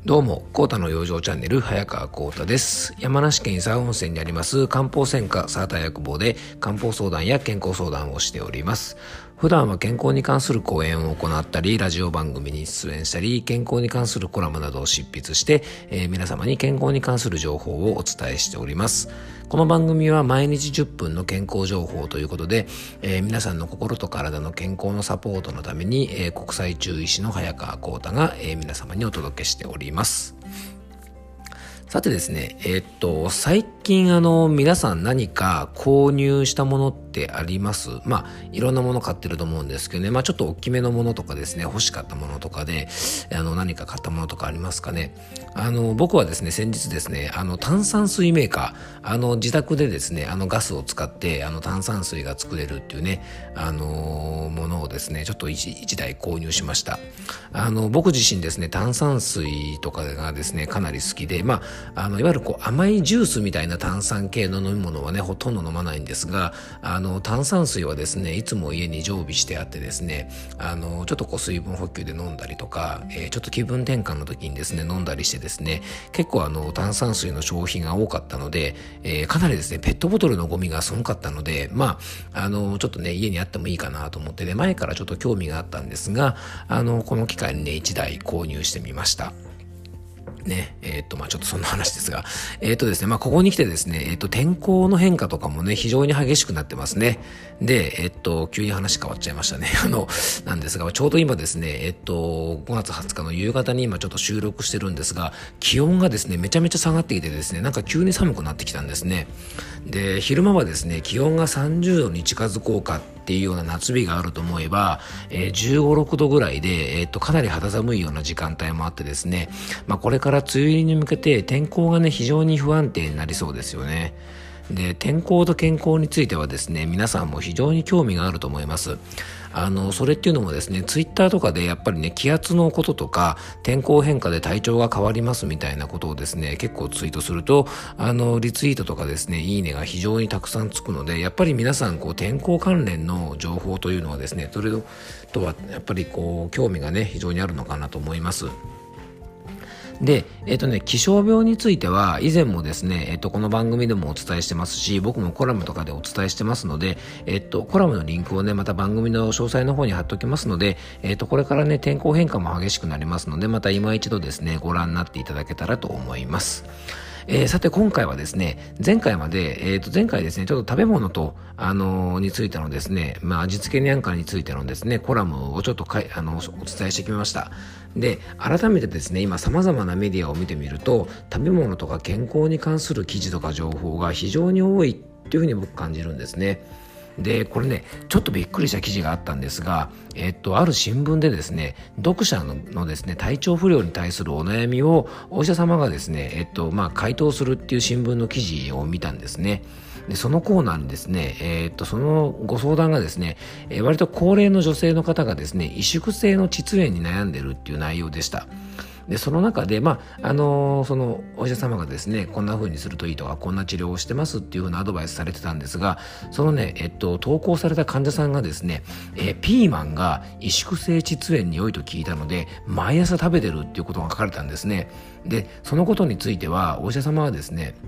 どうも、コータの養生チャンネル、早川コータです。山梨県伊佐温泉にあります漢方専科サーター薬房で漢方相談や健康相談をしております。普段は健康に関する講演を行ったり、ラジオ番組に出演したり、健康に関するコラムなどを執筆して、皆様に健康に関する情報をお伝えしております。この番組は毎日10分の健康情報ということで、皆さんの心と体の健康のサポートのために、国際中医師の早川コータが、皆様にお届けしております。さてですね、最近皆さん何か購入したものってあります？いろんなもの買ってると思うんですけどね、ちょっと大きめのものとかですね、欲しかったものとかで、何か買ったものとかありますかね。僕はですね、先日ですね、炭酸水メーカー、自宅でですね、ガスを使って、炭酸水が作れるっていうね、ものをですね、ちょっと一台購入しました。僕自身ですね、炭酸水とかがですね、かなり好きで、いわゆる甘いジュースみたいな炭酸系の飲み物はね、ほとんど飲まないんですが、炭酸水はですね、いつも家に常備してあってですね、ちょっと水分補給で飲んだりとか、ちょっと気分転換の時にですね、飲んだりしてですね、結構炭酸水の消費が多かったので、かなりですね、ペットボトルのゴミがすごかったので、ちょっとね、家にあってもいいかなと思ってね、前からちょっと興味があったんですが、この機会にね、1台購入してみました。ね、ちょっとそんな話ですが、ですね、ここに来てですね、天候の変化とかもね、非常に激しくなってますね。で、急に話変わっちゃいましたね。なんですが、ちょうど今ですね、5月20日の夕方に今ちょっと収録してるんですが、気温がですね、めちゃめちゃ下がってきてですね、なんか急に寒くなってきたんですね。で、昼間はですね、気温が30度に近づこうかっていうような夏日があると思えば、15、6度ぐらいで、かなり肌寒いような時間帯もあってですね、これから梅雨入りに向けて天候がね、非常に不安定になりそうですよね。で、天候と健康についてはですね、皆さんも非常に興味があると思います。それっていうのもですね、ツイッターとかでやっぱりね、気圧のこととか、天候変化で体調が変わりますみたいなことをですね、結構ツイートすると、リツイートとかですね、いいねが非常にたくさんつくので、やっぱり皆さん、天候関連の情報というのはですね、それとはやっぱり興味がね、非常にあるのかなと思います。で、気象病については以前もですね、この番組でもお伝えしてますし、僕もコラムとかでお伝えしてますので、コラムのリンクをね、また番組の詳細の方に貼っておきますので、これからね、天候変化も激しくなりますので、また今一度ですね、ご覧になっていただけたらと思います。さて今回はですね、前回ですね、ちょっと食べ物と、についてのですね、味付けなんかについてのですね、コラムをちょっとお伝えしてきました。で、改めてですね、今様々なメディアを見てみると、食べ物とか健康に関する記事とか情報が非常に多いっていうふうに僕感じるんですね。で、これね、ちょっとびっくりした記事があったんですが、ある新聞でですね、読者のですね、体調不良に対するお悩みをお医者様がですね、回答するっていう新聞の記事を見たんですね。で、そのコーナーにですね、そのご相談がですね、割と高齢の女性の方がですね、萎縮性の膣炎に悩んでるっていう内容でした。で、その中で、そのお医者様がですね、こんな風にするといいとか、こんな治療をしてますっていう風なアドバイスされてたんですが、そのね、投稿された患者さんがですね、ピーマンが萎縮性膣炎に良いと聞いたので、毎朝食べてるっていうことが書かれたんですね。で、そのことについては、お医者様はですね、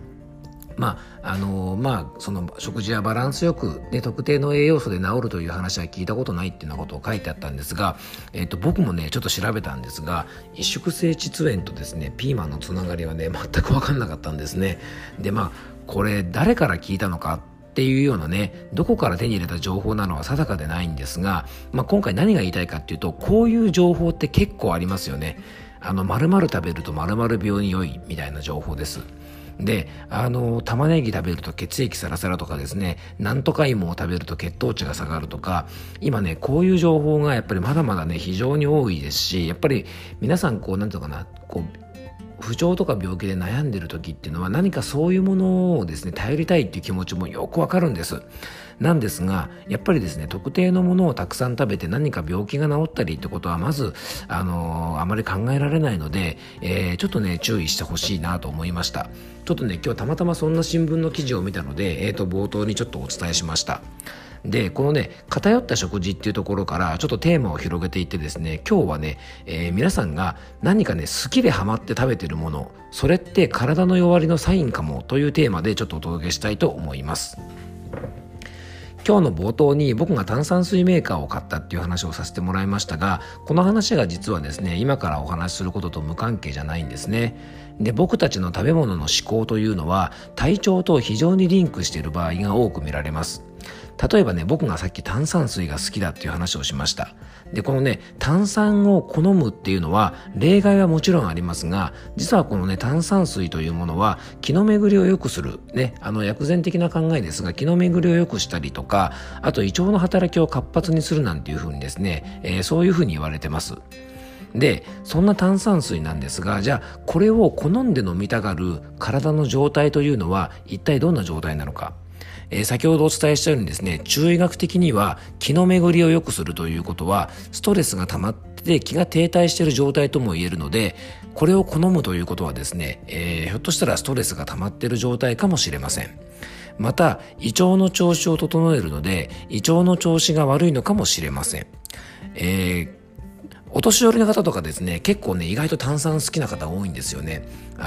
その食事やバランスよく、ね、特定の栄養素で治るという話は聞いたことないっていうようなことを書いてあったんですが、僕もねちょっと調べたんですが、萎縮性膣炎とですねピーマンのつながりはね全く分かんなかったんですね。で、これ誰から聞いたのかっていうようなね、どこから手に入れた情報なのは定かでないんですが、今回何が言いたいかっていうと、こういう情報って結構ありますよね。〇〇食べると〇〇病に良いみたいな情報です。で、玉ねぎ食べると血液サラサラとかですね、なんとか芋を食べると血糖値が下がるとか、今ね、こういう情報がやっぱりまだまだね、非常に多いですし、やっぱり皆さんなんていうのかな、不調とか病気で悩んでる時っていうのは何かそういうものをですね、頼りたいっていう気持ちもよくわかるんです。なんですが、やっぱりですね、特定のものをたくさん食べて何か病気が治ったりってことはまず、あまり考えられないので、ちょっとね、注意してほしいなと思いました。ちょっとね、今日たまたまそんな新聞の記事を見たので、冒頭にちょっとお伝えしました。 で、このね、偏った食事っていうところからちょっとテーマを広げていってですね、今日はね、皆さんが何かね、好きでハマって食べてるもの、それって体の弱りのサインかもというテーマでちょっとお届けしたいと思います。今日の冒頭に僕が炭酸水メーカーを買ったっていう話をさせてもらいましたが、この話が実はですね、今からお話しすることと無関係じゃないんですね。で、僕たちの食べ物の思考というのは体調と非常にリンクしている場合が多く見られます。例えばね、僕がさっき炭酸水が好きだっていう話をしました。で、このね、炭酸を好むっていうのは例外はもちろんありますが、実はこのね、炭酸水というものは気の巡りを良くするね、薬膳的な考えですが、気の巡りを良くしたりとか、あと胃腸の働きを活発にするなんていうふうにですね、そういうふうに言われてます。で、そんな炭酸水なんですが、じゃあこれを好んで飲みたがる体の状態というのは一体どんな状態なのか。先ほどお伝えしたようにですね、中医学的には気の巡りを良くするということはストレスが溜まって気が停滞している状態とも言えるので、これを好むということはですね、ひょっとしたらストレスが溜まっている状態かもしれません。また胃腸の調子を整えるので胃腸の調子が悪いのかもしれません。お年寄りの方とかですね、結構ね、意外と炭酸好きな方多いんですよね。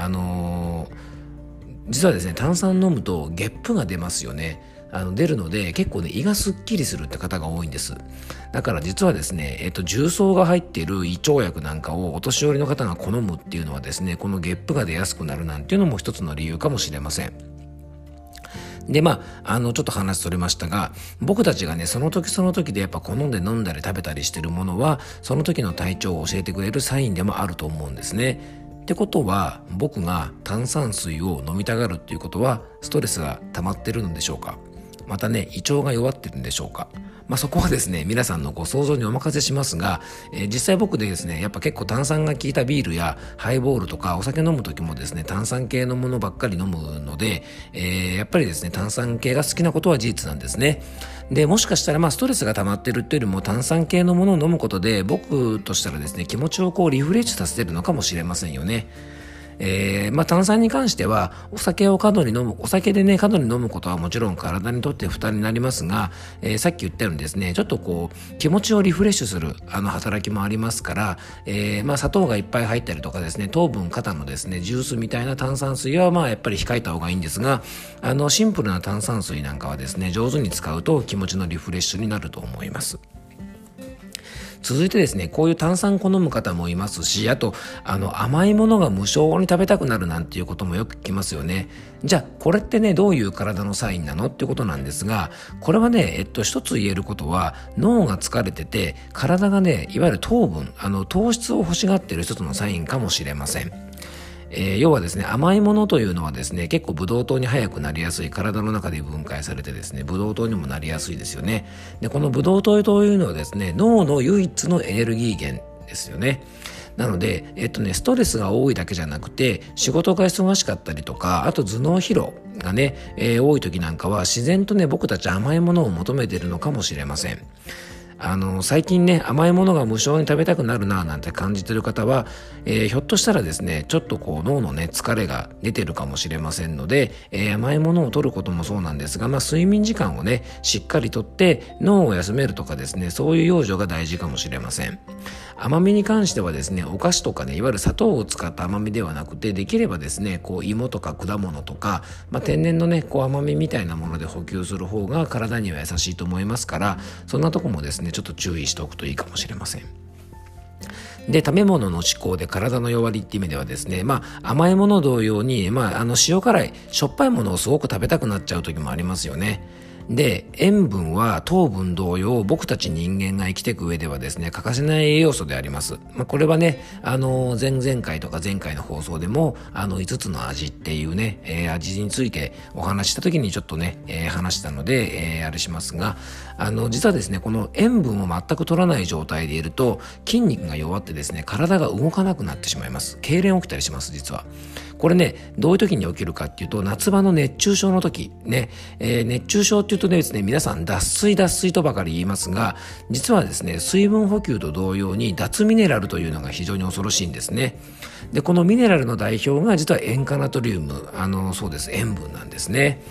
実はですね、炭酸飲むとゲップが出ますよね。出るので結構ね、胃がすっきりするって方が多いんです。だから実はですね、重曹が入っている胃腸薬なんかをお年寄りの方が好むっていうのはですね、このゲップが出やすくなるなんていうのも一つの理由かもしれません。で、ちょっと話それましたが、僕たちがね、その時その時でやっぱ好んで飲んだり食べたりしてるものは、その時の体調を教えてくれるサインでもあると思うんですね。ってことは、僕が炭酸水を飲みたがるっていうことは、ストレスが溜まってるのでしょうか。またね、胃腸が弱ってるんでしょうか。そこはですね、皆さんのご想像にお任せしますが、実際僕でですね、やっぱ結構炭酸が効いたビールやハイボールとかお酒飲む時もですね、炭酸系のものばっかり飲むので、やっぱりですね、炭酸系が好きなことは事実なんですね。で、もしかしたらストレスが溜まってるっていうよりも炭酸系のものを飲むことで、僕としたらですね、気持ちをリフレッシュさせてるのかもしれませんよね。炭酸に関してはお酒でね過度に飲むことはもちろん体にとって負担になりますが、さっき言ったようにですね、ちょっと気持ちをリフレッシュする働きもありますから、砂糖がいっぱい入ったりとかですね、糖分過多のですねジュースみたいな炭酸水はやっぱり控えた方がいいんですが、シンプルな炭酸水なんかはですね、上手に使うと気持ちのリフレッシュになると思います。続いてですね、こういう炭酸好む方もいますし、あと甘いものが無性に食べたくなるなんていうこともよく聞きますよね。じゃあこれってね、どういう体のサインなのっていうことなんですが、これはね、一つ言えることは、脳が疲れてて体がね、いわゆる糖分糖質を欲しがっている一つのサインかもしれません。要はですね、甘いものというのはですね、結構ブドウ糖に早くなりやすい、体の中で分解されてですね、ブドウ糖にもなりやすいですよね。で、このブドウ糖というのはですね、脳の唯一のエネルギー源ですよね。なので、ストレスが多いだけじゃなくて、仕事が忙しかったりとか、あと頭脳疲労がね、多い時なんかは自然とね、僕たち甘いものを求めているのかもしれません。最近ね、甘いものが無性に食べたくなるななんて感じている方は、ひょっとしたらですね、ちょっと脳のね疲れが出てるかもしれませんので、甘いものを取ることもそうなんですが、睡眠時間をねしっかりとって脳を休めるとかですね、そういう養生が大事かもしれません。甘みに関してはですね、お菓子とかね、いわゆる砂糖を使った甘みではなくて、できればですね、芋とか果物とか、天然のね甘みみたいなもので補給する方が体には優しいと思いますから、そんなとこもですねちょっと注意しておくといいかもしれません。で、食べ物の嗜好で体の弱りっていう意味ではですね、甘いもの同様に、塩辛いしょっぱいものをすごく食べたくなっちゃう時もありますよね。で、塩分は糖分同様、僕たち人間が生きていく上ではですね、欠かせない栄養素であります。これはね、前々回とか前回の放送でも、5つの味っていうね、味についてお話した時にちょっとね、話したので、あれしますが、実はですね、この塩分を全く取らない状態でいると、筋肉が弱ってですね、体が動かなくなってしまいます。痙攣起きたりします、実は。これね、どういう時に起きるかっていうと、夏場の熱中症の時ね、熱中症っていうとね、ですね、皆さん脱水とばかり言いますが、実はですね、水分補給と同様に脱ミネラルというのが非常に恐ろしいんですね。で、このミネラルの代表が実は塩化ナトリウム、そうです、塩分なんですね。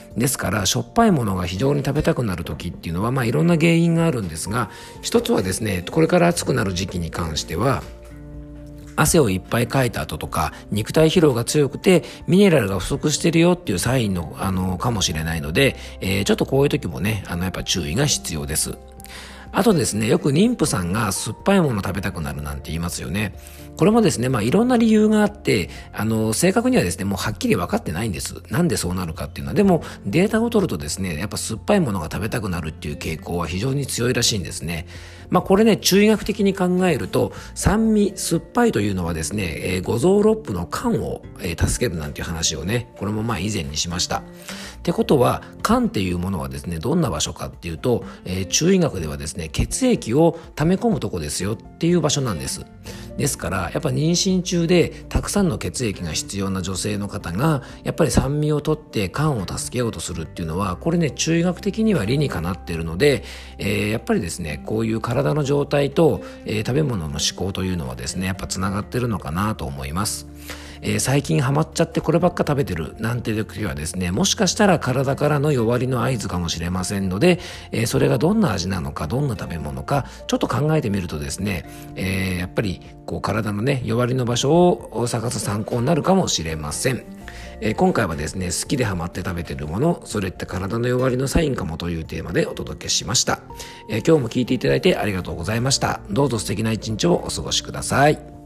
ですからしょっぱいものが非常に食べたくなる時っていうのは、いろんな原因があるんですが、一つはですね、これから暑くなる時期に関しては汗をいっぱいかいた後とか肉体疲労が強くてミネラルが不足してるよっていうサインの、かもしれないので、ちょっとこういう時もね、やっぱ注意が必要です。あとですね、よく妊婦さんが酸っぱいもの食べたくなるなんて言いますよね。これもですね、いろんな理由があって、正確にはですね、もうはっきり分かってないんです。なんでそうなるかっていうのは。でも、データを取るとですね、やっぱ酸っぱいものが食べたくなるっていう傾向は非常に強いらしいんですね。これね、中医学的に考えると、酸味、酸っぱいというのはですね、五臓六腑の肝を、助けるなんていう話をね、これも以前にしました。ってことは、肝っていうものはですね、どんな場所かっていうと、中医学ではですね、血液を溜め込むとこですよっていう場所なんです。ですからやっぱ妊娠中でたくさんの血液が必要な女性の方がやっぱり酸味を取って肝を助けようとするっていうのは、これね、中医学的には理にかなっているので、やっぱりですね、こういう体の状態と、食べ物の嗜好というのはですね、やっぱつながってるのかなと思います。最近ハマっちゃってこればっか食べてるなんて時はですね、もしかしたら体からの弱りの合図かもしれませんので、それがどんな味なのか、どんな食べ物かちょっと考えてみるとですね、やっぱりこう体のね、弱りの場所を探す参考になるかもしれません。今回はですね、好きでハマって食べてるもの、それって体の弱りのサインかもというテーマでお届けしました。今日も聞いていただいてありがとうございました。どうぞ素敵な一日をお過ごしください。